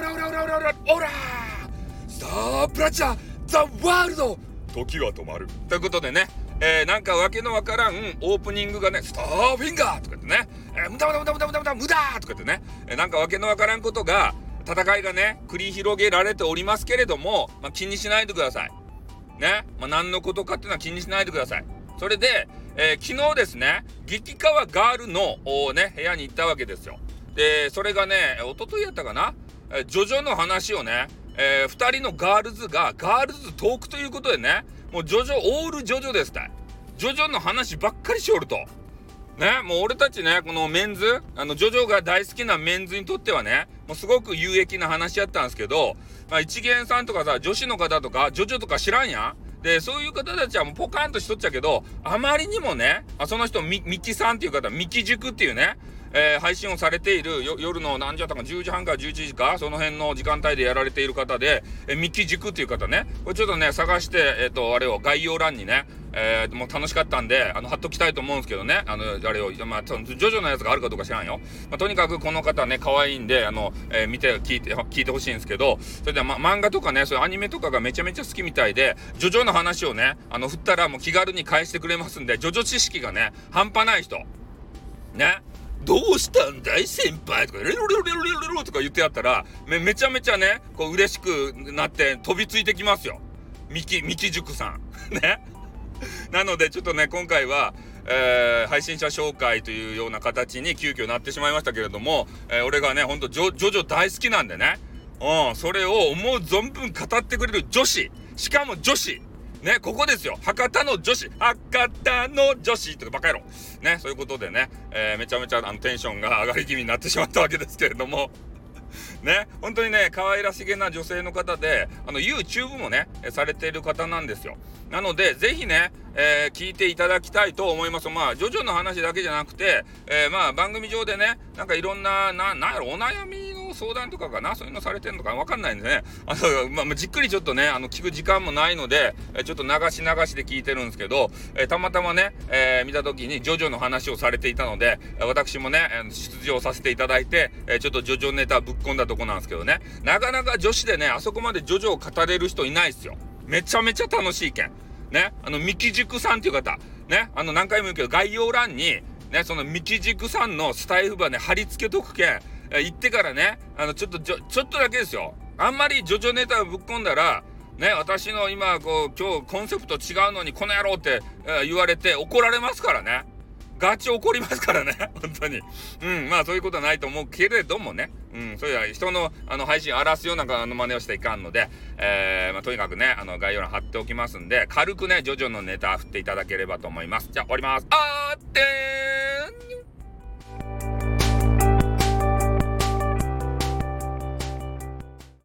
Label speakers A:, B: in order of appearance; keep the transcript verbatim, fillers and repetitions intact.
A: らおらおらおらおらおらスタープラチャザワールド時が止まるということでね、えー、なんかわけのわからんオープニングがね、スターフィンガーとか言ってね、えー、無駄無駄無駄無駄無駄無駄無駄とか言ってね、えー、なんかわけのわからんことが戦いがね繰り広げられておりますけれども、まあ、気にしないでくださいね。まあ、何のことかっていうのは気にしないでください。それで、えー、昨日ですね、激川ガールのね部屋に行ったわけですよ。でそれがね一昨日やったかな、えー、ジョジョの話をね、えー、ふたりのガールズがガールズトークということでね、もうジョジョオールジョジョですたい。ジョジョの話ばっかりしおるとね、もう俺たちね、このメンズ、あのジョジョが大好きなメンズにとってはね、もうすごく有益な話やったんですけど、まあ、一元さんとかさ、女子の方とかジョジョとか知らんやん。でそういう方たちはもうポカンとしとっちゃうけど、あまりにもね、あその人ミミキさんっていう方、ミキ塾っていうね、えー、配信をされているよ夜の何時だったかじゅうじはんからじゅういちじか、その辺の時間帯でやられている方で、えー、ミキ塾っていう方ね、これちょっとね探して、えっとあれを概要欄にね、えー、もう楽しかったんであの貼っときたいと思うんですけどね、あのあれを、まあ、ジョジョのやつがあるかどうか知らんよ、まあ、とにかくこの方ね可愛いんで、あの、えー、見て聞いて聞いてほしいんですけど、それで、ま、漫画とかね、そういうアニメとかがめちゃめちゃ好きみたいで、ジョジョの話をねあの振ったらもう気軽に返してくれますんで、ジョジョ知識がね半端ない人ね、どうしたんだい先輩とかレロレロレロレロレロとか言ってやったら め, めちゃめちゃねこう嬉しくなって飛びついてきますよ、ミキミキ塾さんね。なのでちょっとね今回は、えー、配信者紹介というような形に急遽なってしまいましたけれども、えー、俺がねほんとジョジョジョ大好きなんでね、うん、それを思う存分語ってくれる女子、しかも女子ね、ここですよ。博多の女子、博多の女子とかバカ野郎ね、そういうことでね、えー、めちゃめちゃあのテンションが上がり気味になってしまったわけですけれどもね、本当にね可愛らしげな女性の方で、あの YouTube もねされている方なんですよ。なのでぜひね、えー、聞いていただきたいと思います。まあジョジョの話だけじゃなくて、えー、まあ番組上でねなんかいろんなななんやろお悩みの相談とかかな、そういうのされてるのかわかんないんでね、あの、まあ、じっくりちょっとねあの聞く時間もないので、えー、ちょっと流し流しで聞いてるんですけど、えー、たまたまね、えー、見た時にジョジョの話をされていたので、私もね出場させていただいて、えー、ちょっとジョジョネタぶっ込んだとこなんですけどね、なかなか女子でねあそこまでジョジョを語れる人いないですよ。めちゃめちゃ楽しいけんね、あのミキ塾さんっていう方ね、あの何回も言うけど概要欄にねそのミキ塾さんのスタイフバーね貼り付けとくけん、えー、行ってからねあのちょっとちょちょっとだけですよ、あんまりジョジョネタをぶっ込んだらね、私の今こう今日コンセプト違うのにこの野郎って、えー、言われて怒られますからね、ガチ怒りますからね本当に。うんまあそういうことはないと思うけれどもね、うんそういう人のあの配信荒らすようなあの真似をしていかんので、えーまあ、とにかくねあの概要欄貼っておきますんで、軽くねジョジョのネタ振っていただければと思います。じゃあ終わります。あーってーん